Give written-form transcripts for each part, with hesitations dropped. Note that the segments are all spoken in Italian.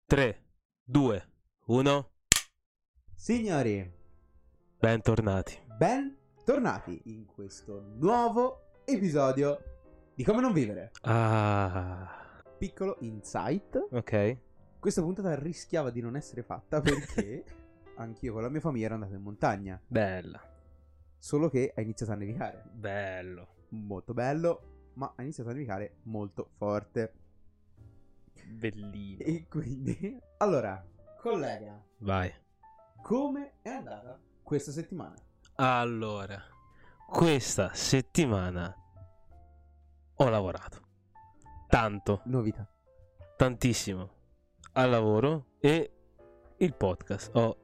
3, 2, 1. Signori, Bentornati. bentornati in questo nuovo episodio di Come non vivere. Piccolo insight. Ok. Questa puntata rischiava di non essere fatta perché anch'io con la mia famiglia ero andato in montagna. Bella. Solo che ha iniziato a nevicare. Bello. Molto bello, ma ha iniziato a nevicare molto forte. Bellino. E quindi, allora, collega, Vai. come è andata questa settimana? Allora, questa settimana ho lavorato. Tanto. Novità. Tantissimo. Al lavoro e il podcast. Ho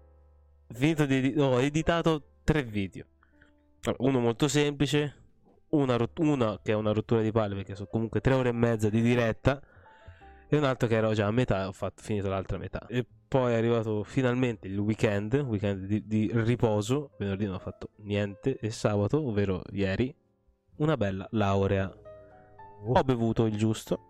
editato 3 video. Allora, uno molto semplice, una che è una rottura di palle perché sono comunque 3 ore e mezza di diretta, e un altro che ero già a metà, ho finito l'altra metà. E poi è arrivato finalmente il weekend di riposo. Venerdì non ho fatto niente, e sabato, ovvero ieri, una bella laurea. Ho bevuto il giusto.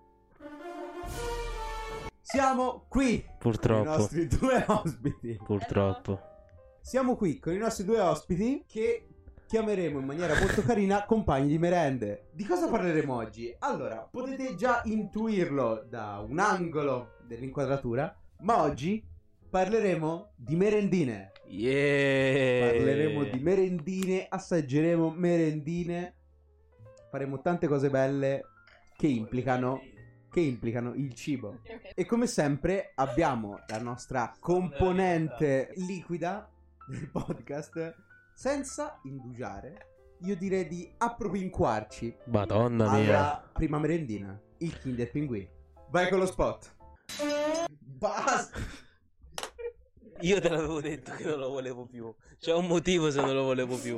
Siamo qui Purtroppo. con i nostri due ospiti. Purtroppo. Siamo qui con i nostri due ospiti che chiameremo in maniera molto carina compagni di merende. Di cosa parleremo oggi? Allora, potete già intuirlo da un angolo dell'inquadratura, ma oggi parleremo di merendine. Yeah. Parleremo di merendine, assaggeremo merendine, faremo tante cose belle che implicano il cibo. E come sempre abbiamo la nostra componente liquida del podcast. Senza indugiare, io direi di appropinquarci Madonna mia. alla prima merendina, il Kinder Pinguì. Vai con lo spot. Basta. Io te l'avevo detto che non lo volevo più. C'è un motivo se non lo volevo più.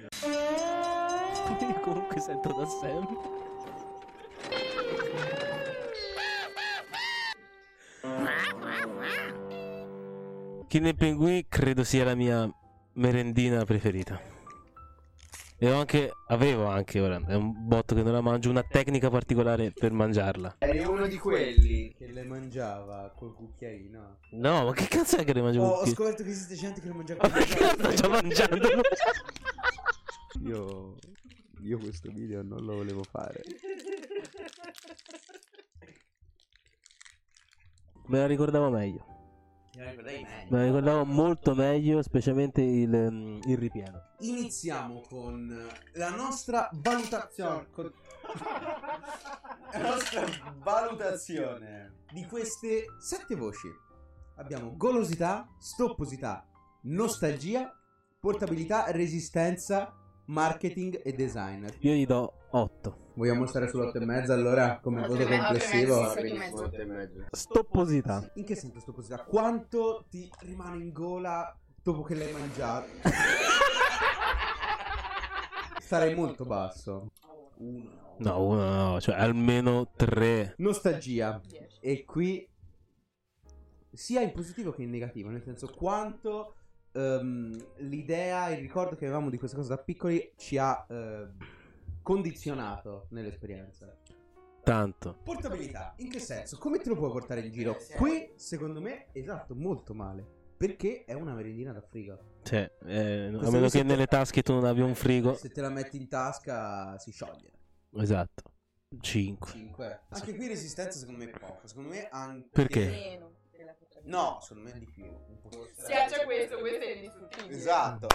Io comunque sento da sempre. Kinder Pinguì credo sia la mia merendina preferita. E avevo anche ora, è un botto che non la mangio, una tecnica particolare per mangiarla. Eri uno di quelli che le mangiava col cucchiaino. No, ma che cazzo è che le mangio? Ho scoperto che esiste gente che le mangia col Ma perché la sto già mangiando? Io questo video non lo volevo fare. Me la ricordavo meglio. Me la ricordavo molto meglio, specialmente il ripieno. Iniziamo con la nostra valutazione. La nostra valutazione di queste 7 voci. Abbiamo golosità, stopposità, nostalgia, portabilità, resistenza, marketing e design. Io gli do 8. Vogliamo stare sull'8,5 allora come voto complessivo? Stopposità. In che senso stopposità? Quanto ti rimane in gola dopo che l'hai mangiato? Sarei molto basso. 1. No, uno no, cioè almeno 3. Nostalgia. E qui sia in positivo che in negativo, nel senso quanto l'idea, il ricordo che avevamo di queste cose da piccoli ci ha condizionato nell'esperienza. Tanto. Portabilità, in che senso? Come te lo puoi portare in giro? Qui, secondo me, esatto, molto male. Perché è una merendina da frigo. Cioè, a meno che nelle tasche tu non abbia un frigo. Se te la metti in tasca si scioglie. Esatto. 5. 5. Anche qui resistenza secondo me è poco. Secondo me anche... Perché? Meno della portabilità. No, secondo me è di più. Un po'. Schiaccia questo è indistruttibile. Esatto.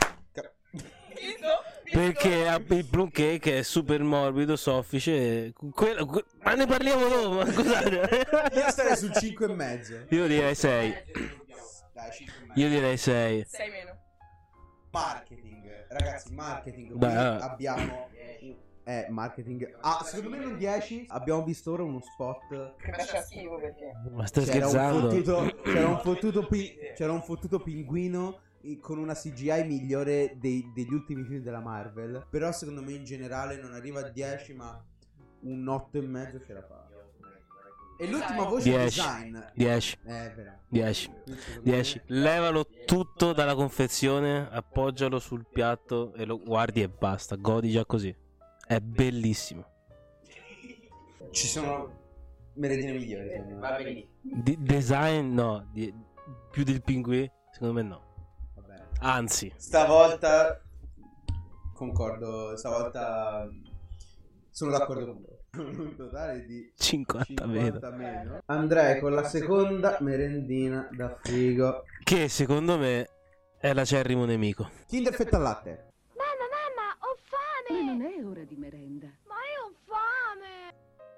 Perché il plum cake è super morbido, soffice. Ma ne parliamo dopo. Ma scusate. Io starei sul 5,5. Io direi 6. Dai, 5,5. Io direi 6. 6 meno. Marketing. Ragazzi, marketing. Qui Beh, abbiamo... marketing. Secondo me non 10. Abbiamo visto ora uno spot. Faccia schifo perché. Ma stai C'era scherzando? C'era un fottuto pinguino con una CGI migliore degli ultimi film della Marvel. Però secondo me in generale non arriva a 10, ma un 8,5 ce la fa. E l'ultima voce è 10. design. 10. Vero. 10. 10. Levalo tutto dalla confezione, appoggialo sul piatto e lo guardi e basta. Godi già così. È bellissimo. Ci sono merendine migliori, secondo me. Va benissimo. Design no, più del pinguì, secondo me no. Vabbè. Anzi, Stavolta concordo, stavolta sono d'accordo con voi. Un totale di 50 meno. meno. Andrei con la seconda merendina da frigo. Che secondo me è l'acerrimo nemico. Kinder fetta al latte. Mamma, ho fame! Ma non è ora di merenda. Ma io ho fame!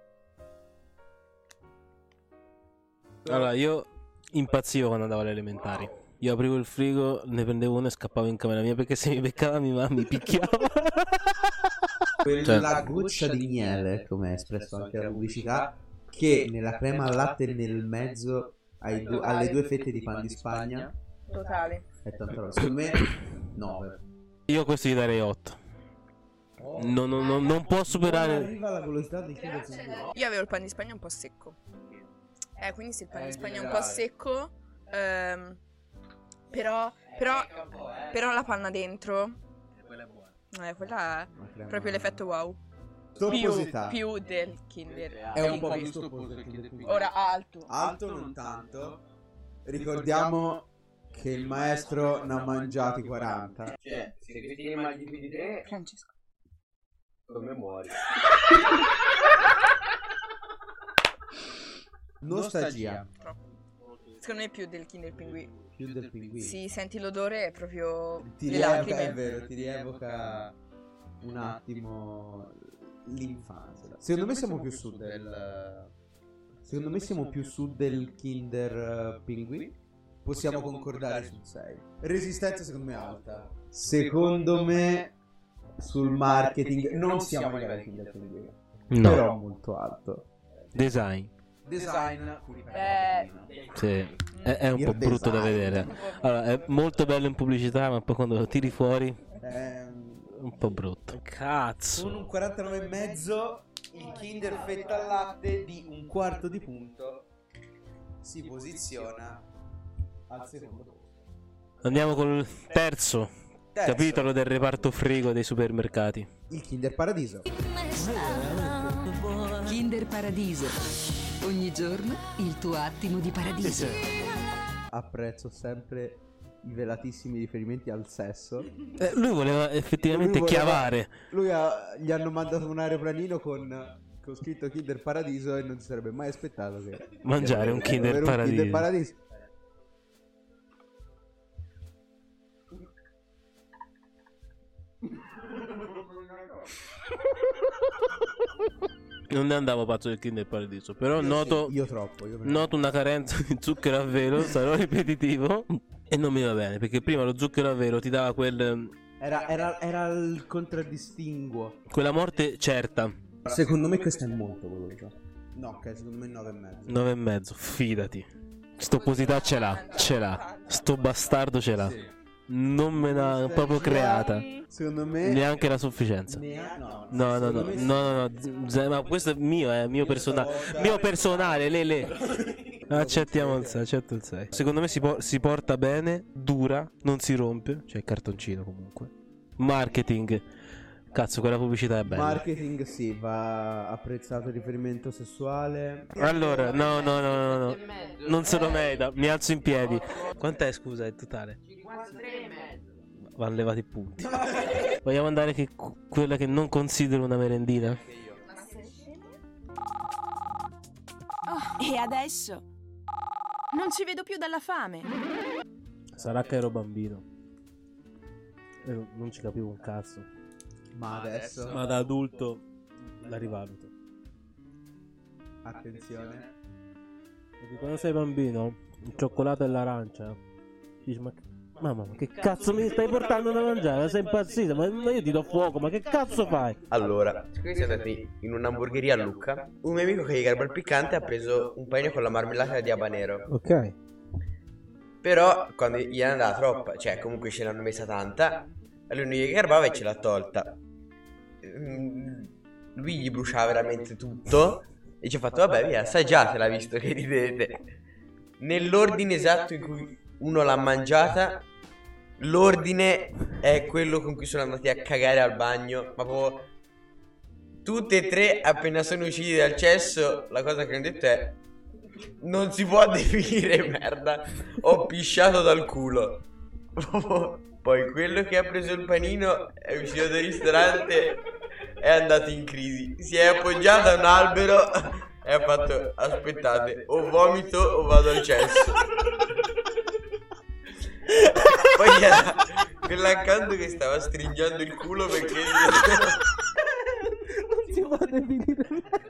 Allora, io impazzivo quando andavo alle elementari. Io aprivo il frigo, ne prendevo uno e scappavo in camera mia perché se mi beccava mia mamma mi picchiava. Quella goccia di miele, come è espresso anche la pubblicità, che nella crema al latte nel mezzo alle due fette di pan di Spagna Totale. è tanta roba. Secondo me 9. Io questo gli darei 8. Non può superare. Arriva la velocità di Kinder Surprise. Io avevo il pan di Spagna un po' secco. Quindi se il pan di Spagna è un po' secco, però la panna dentro, Quella è buona. quella è proprio l'effetto wow. Stopposità. Più del Kinder. È un po' più stopposo il Kinder Surprise. Ora alto. Alto non tanto. Ricordiamo che il maestro ne ha mangiati 40. Cioè, se questi ne mangi più di 3, Francesco. come muori? Nostalgia. Troppo. Secondo me più del Kinder Pinguì. Più del pinguino. Sì, senti l'odore è proprio Ti le rievoca, lacrime. è vero, ti rievoca un attimo l'infanzia. Secondo me siamo più su del Kinder Pinguì. Possiamo concordare sul 6. Resistenza secondo me alta. Secondo me sul marketing non siamo arrivati al Kinder Pinguì. No. Però molto alto. Design. Design. Sì. È un po' Il brutto da design. vedere. Allora, è molto bello in pubblicità, ma poi quando lo tiri fuori È un po' brutto. Cazzo. con un 49,5 il Kinder fetta al latte di un quarto di punto si posiziona al secondo posto. Andiamo col terzo capitolo del reparto frigo dei supermercati. Il Kinder Paradiso. Kinder Paradiso. Ogni giorno il tuo attimo di paradiso. Apprezzo sempre i velatissimi riferimenti al sesso. Lui voleva effettivamente Lui voleva- chiavare. Gli hanno mandato un aeroplanino con scritto Kinder Paradiso e non si sarebbe mai aspettato che Mangiare un Kinder avere un Paradiso. Kinder Paradiso. Non ne andavo pazzo del Kinder Paradiso. Però Io noto, sì, io troppo. Io noto una carenza di zucchero a velo. Sarò ripetitivo. E non mi va bene. Perché prima lo zucchero a velo ti dava Era il contraddistinguo. quella morte certa. Secondo me questo è molto voluto. No, ok, secondo me 9,5. 9,5. Fidati. Stopposità ce l'ha. Ce l'ha. Sto bastardo ce l'ha. Sì. Non me l'ha proprio creata. Secondo me Neanche la sufficienza. no. No, ma questo è mio personale. Mio personale, le. Accettiamo accetto il 6. Secondo me si porta bene, dura, non si rompe. Cioè il cartoncino comunque. Marketing. Cazzo, quella pubblicità è bella. Marketing sì, va apprezzato il riferimento sessuale. Allora, no. Non se lo merita. Mi alzo in piedi. Quant'è, scusa, il totale? 53,5. Vanno levati i punti. Vogliamo andare che quella che non considero una merendina? E adesso? Non ci vedo più dalla fame. Sarà che ero bambino. E non ci capivo un cazzo. Ma adesso Ma da adulto la rivaluto. attenzione. Perché quando sei bambino, il cioccolato e l'arancia, dici, mamma, ma che cazzo mi stai portando da mangiare? Sei impazzito? Ma io ti do fuoco, ma che cazzo fai? Allora, siccome siamo andati in un'hamburgeria a Lucca, un mio amico che gli garba il piccante ha preso un panino con la marmellata di habanero. Ok. Però quando gli è andata troppa, cioè comunque ce l'hanno messa tanta, a lui non gli garbava e ce l'ha tolta. Lui gli bruciava veramente tutto e ci ha fatto vabbè via, assaggiatela visto che ridete. Nell'ordine esatto in cui uno l'ha mangiata, l'ordine è quello con cui sono andati a cagare al bagno, ma proprio Tutte e tre, appena sono usciti dal cesso, la cosa che hanno detto è: non si può definire merda, ho pisciato dal culo. Poi quello che ha preso il panino è uscito dal ristorante, è andato in crisi, si è appoggiato a un albero e ha fatto: aspettate, o vomito o vado al cesso. Poi c'era quella accanto che stava stringendo il culo perché Non si può definire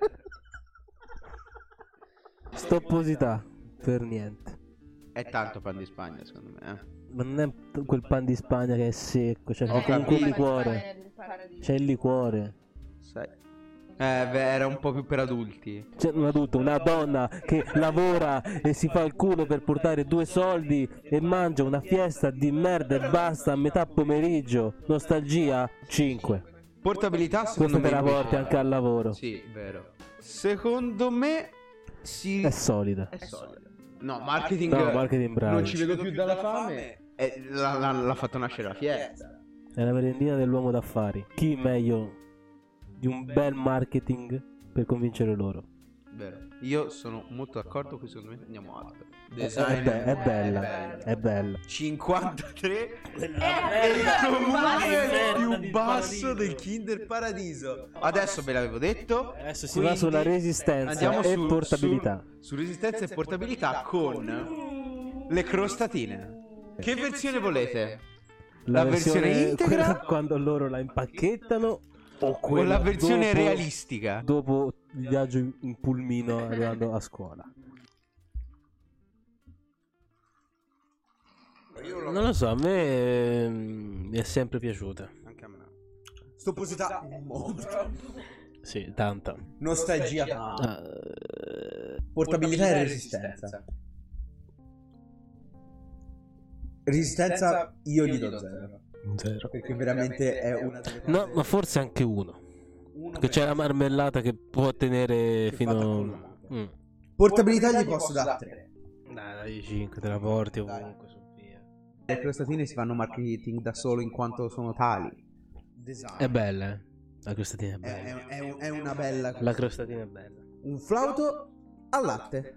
stopposità per niente. È tanto pan di Spagna, secondo me. Ma non è quel pan di Spagna che è secco, cioè c'è comunque il liquore. C'è il liquore. Sai. Era un po' più per adulti. C'è un adulto, una donna che lavora e si fa il culo per portare 2 soldi e mangia una fiesta di merda e basta a metà pomeriggio. Nostalgia 5. Portabilità, secondo Questo te me la porti anche al lavoro. Sì, vero. Secondo me È solida. è solida. No, marketing, No, marketing bravo. non ci vedo più dalla fame. L'ha fatto nascere la fiesta. È la merendina dell'uomo d'affari. Chi meglio di un bel marketing per convincere loro? Vero. Io sono molto d'accordo qui, secondo me andiamo alto. È bella. È bella. 53 è il comune più basso del Kinder Paradiso. Adesso ve l'avevo detto. Adesso si va sulla resistenza andiamo e portabilità. Su resistenza e portabilità con le crostatine. Che versione volete? La versione integra? quella quando loro la impacchettano o O la versione dopo- realistica? dopo il viaggio in pulmino arrivando a scuola? Non lo so, a me mi è sempre piaciuta. Anche a me. Stopposità molto. Sì, tanta. Nostalgia. Portabilità e resistenza. Resistenza io gli do 0. Zero. Perché veramente è una delle No, ma forse anche uno. Che c'è la marmellata che può tenere fino. Portabilità gli posso dare 3. Dai, 5, te la porti ovunque, su via. Le crostatine si fanno marketing da solo in quanto sono tali. È bella, eh. La crostatina è bella. È una bella. La crostatina è bella. Un flauto al latte.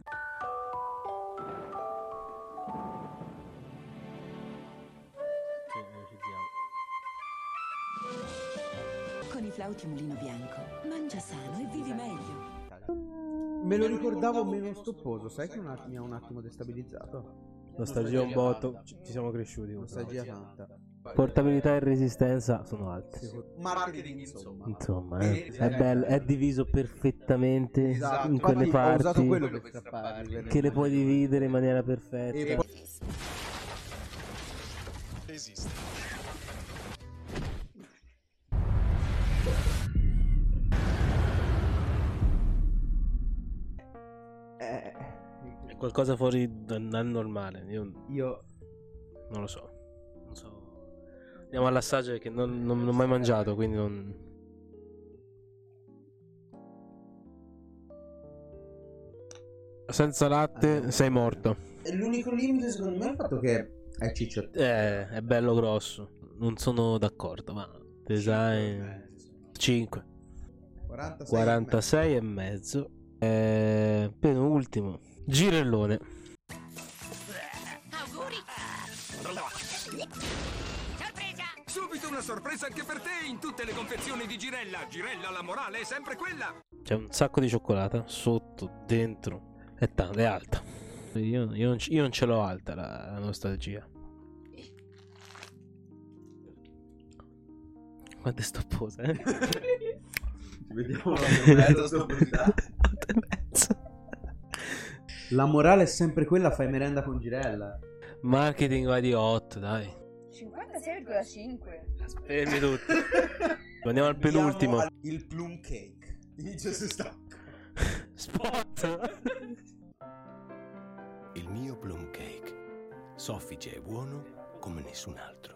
Con i flauti mulino bianco, mangia sano e vivi meglio. Me lo ricordavo meno stopposo, sai che mi ha un attimo destabilizzato. Nostalgia un botto, ci siamo cresciuti. Nostalgia tanta. Portabilità e resistenza sono alte. Marketing insomma. Insomma, è bello, è diviso perfettamente Esatto. in quelle Infatti, ho usato parti quello per strapparli. che le puoi dividere in maniera perfetta. E poi- È qualcosa fuori dal normale. Io non lo so. Non so. Andiamo all'assaggio perché non l'ho mai mangiato, quindi non. Senza latte sei morto. L'unico limite secondo me è il fatto che è cicciotto. È bello grosso. Non sono d'accordo, ma design 5. 46 e mezzo. Penultimo. Girellone. Subito una sorpresa anche per te in tutte le confezioni di Girella. Girella, la morale è sempre quella. C'è un sacco di cioccolata sotto, dentro. È tanto, è alta. Io non ce l'ho alta la nostalgia. Quanto è stopposa, eh? Vediamo la La morale è sempre quella, fai merenda con Girella. Marketing va di 8, dai. 56,5. Fermi tutti. Andiamo al penultimo. Il plum cake. Inizia su stacco. Spot. Il mio plum cake. Soffice e buono come nessun altro.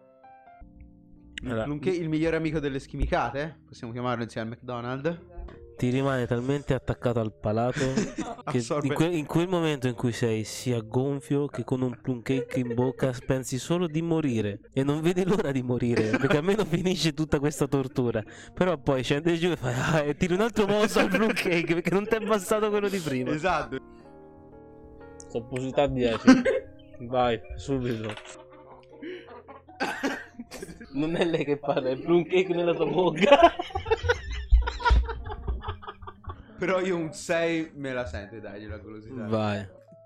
Il plum cake, il migliore amico delle schimicate? Possiamo chiamarlo insieme al McDonald's? ti rimane talmente attaccato al palato che Assorbe. in quel momento in cui sei sia gonfio che con un plum cake in bocca pensi solo di morire e non vedi l'ora di morire perché almeno finisce tutta questa tortura. Però poi scende giù e fai e tiri un altro mosso al plum cake perché non ti è bastato quello di prima. Esatto. Sappocità 10. Vai, subito. Non è lei che parla, è il plum cake nella tua bocca. Però io un 6 me la sento, dai, la curiosità. Vai.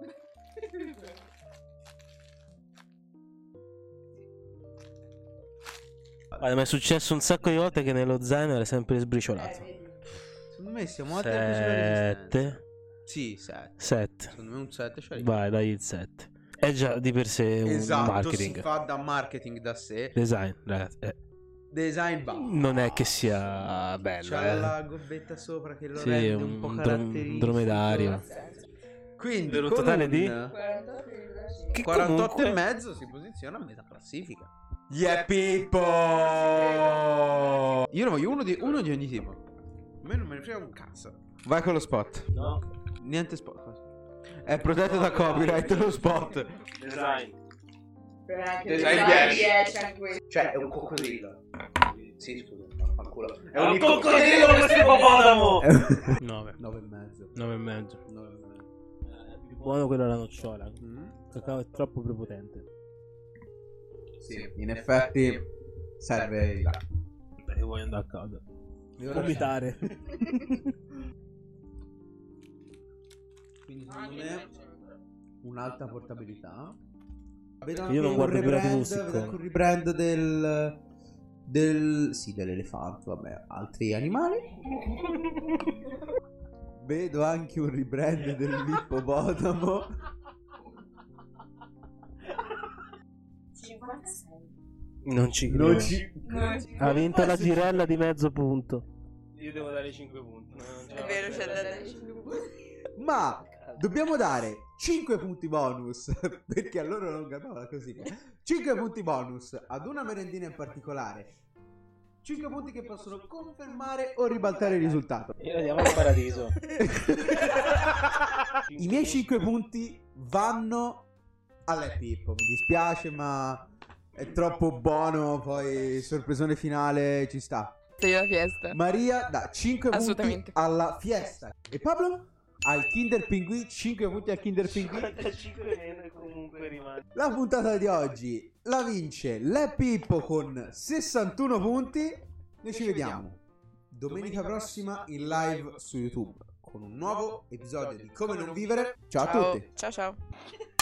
Guarda, ma è successo un sacco di volte che nello zaino era sempre sbriciolato. Secondo me siamo a tempo sulla resistenza. 7. Sì, 7. 7. Secondo me un 7 c'è. Vai, dai il 7. È già di per sé un Esatto, marketing. si fa da marketing da sé. Design, ragazzi. Design Non è che sia bello, c'ha la gobbetta sopra che lo Sì, rende è un po' un caratteristico. dromedario. Quindi Per un con totale di? 48 e mezzo si posiziona a metà classifica. Yeah, Pippo! Io ne voglio uno di ogni tipo. A me non me ne frega un cazzo. Vai con lo spot. No. Niente spot. È protetto da copyright lo spot. Design. Design 10. Cioè, è un coccodrillo. Sì, scusa, fanculo. È un coccodrillo questo ippopotamo! 9. 9 e mezzo. 9 e mezzo. 9 e mezzo. Più buono quello alla nocciola. Il cacao è troppo prepotente. Sì, in effetti serve il... Beh, io voglio andare a casa. Vomitare. Quindi secondo me un'alta portabilità. Vedo Io non un guardo più la TV, rebrand, siccome. vedo anche un rebrand sì, dell'elefante, vabbè, altri animali. Vedo anche un rebrand dell'ippopotamo. 56. Non ci credo. Non ci... Ha vinto la girella di mezzo punto. Io devo dare 5 punti. È vero, c'è da dare 5 punti. Ma dobbiamo dare 5 punti bonus perché a loro non capava così. 5 punti bonus ad una merendina in particolare. 5 punti che possono confermare o ribaltare il risultato. E andiamo al paradiso. I miei 5 punti vanno alle Pippo. Mi dispiace, ma è troppo buono. Poi sorpresone finale ci sta. Sei la fiesta. Maria dà 5 punti Assolutamente. alla fiesta. E Pablo? Al Kinder Pinguì, 5 punti al Kinder Pinguì. 55 meno comunque rimane. La puntata di oggi la vince Le Pippo con 61 punti. Noi ci vediamo domenica prossima in live su YouTube con un nuovo episodio di Come non vivere. Ciao a tutti. Ciao ciao.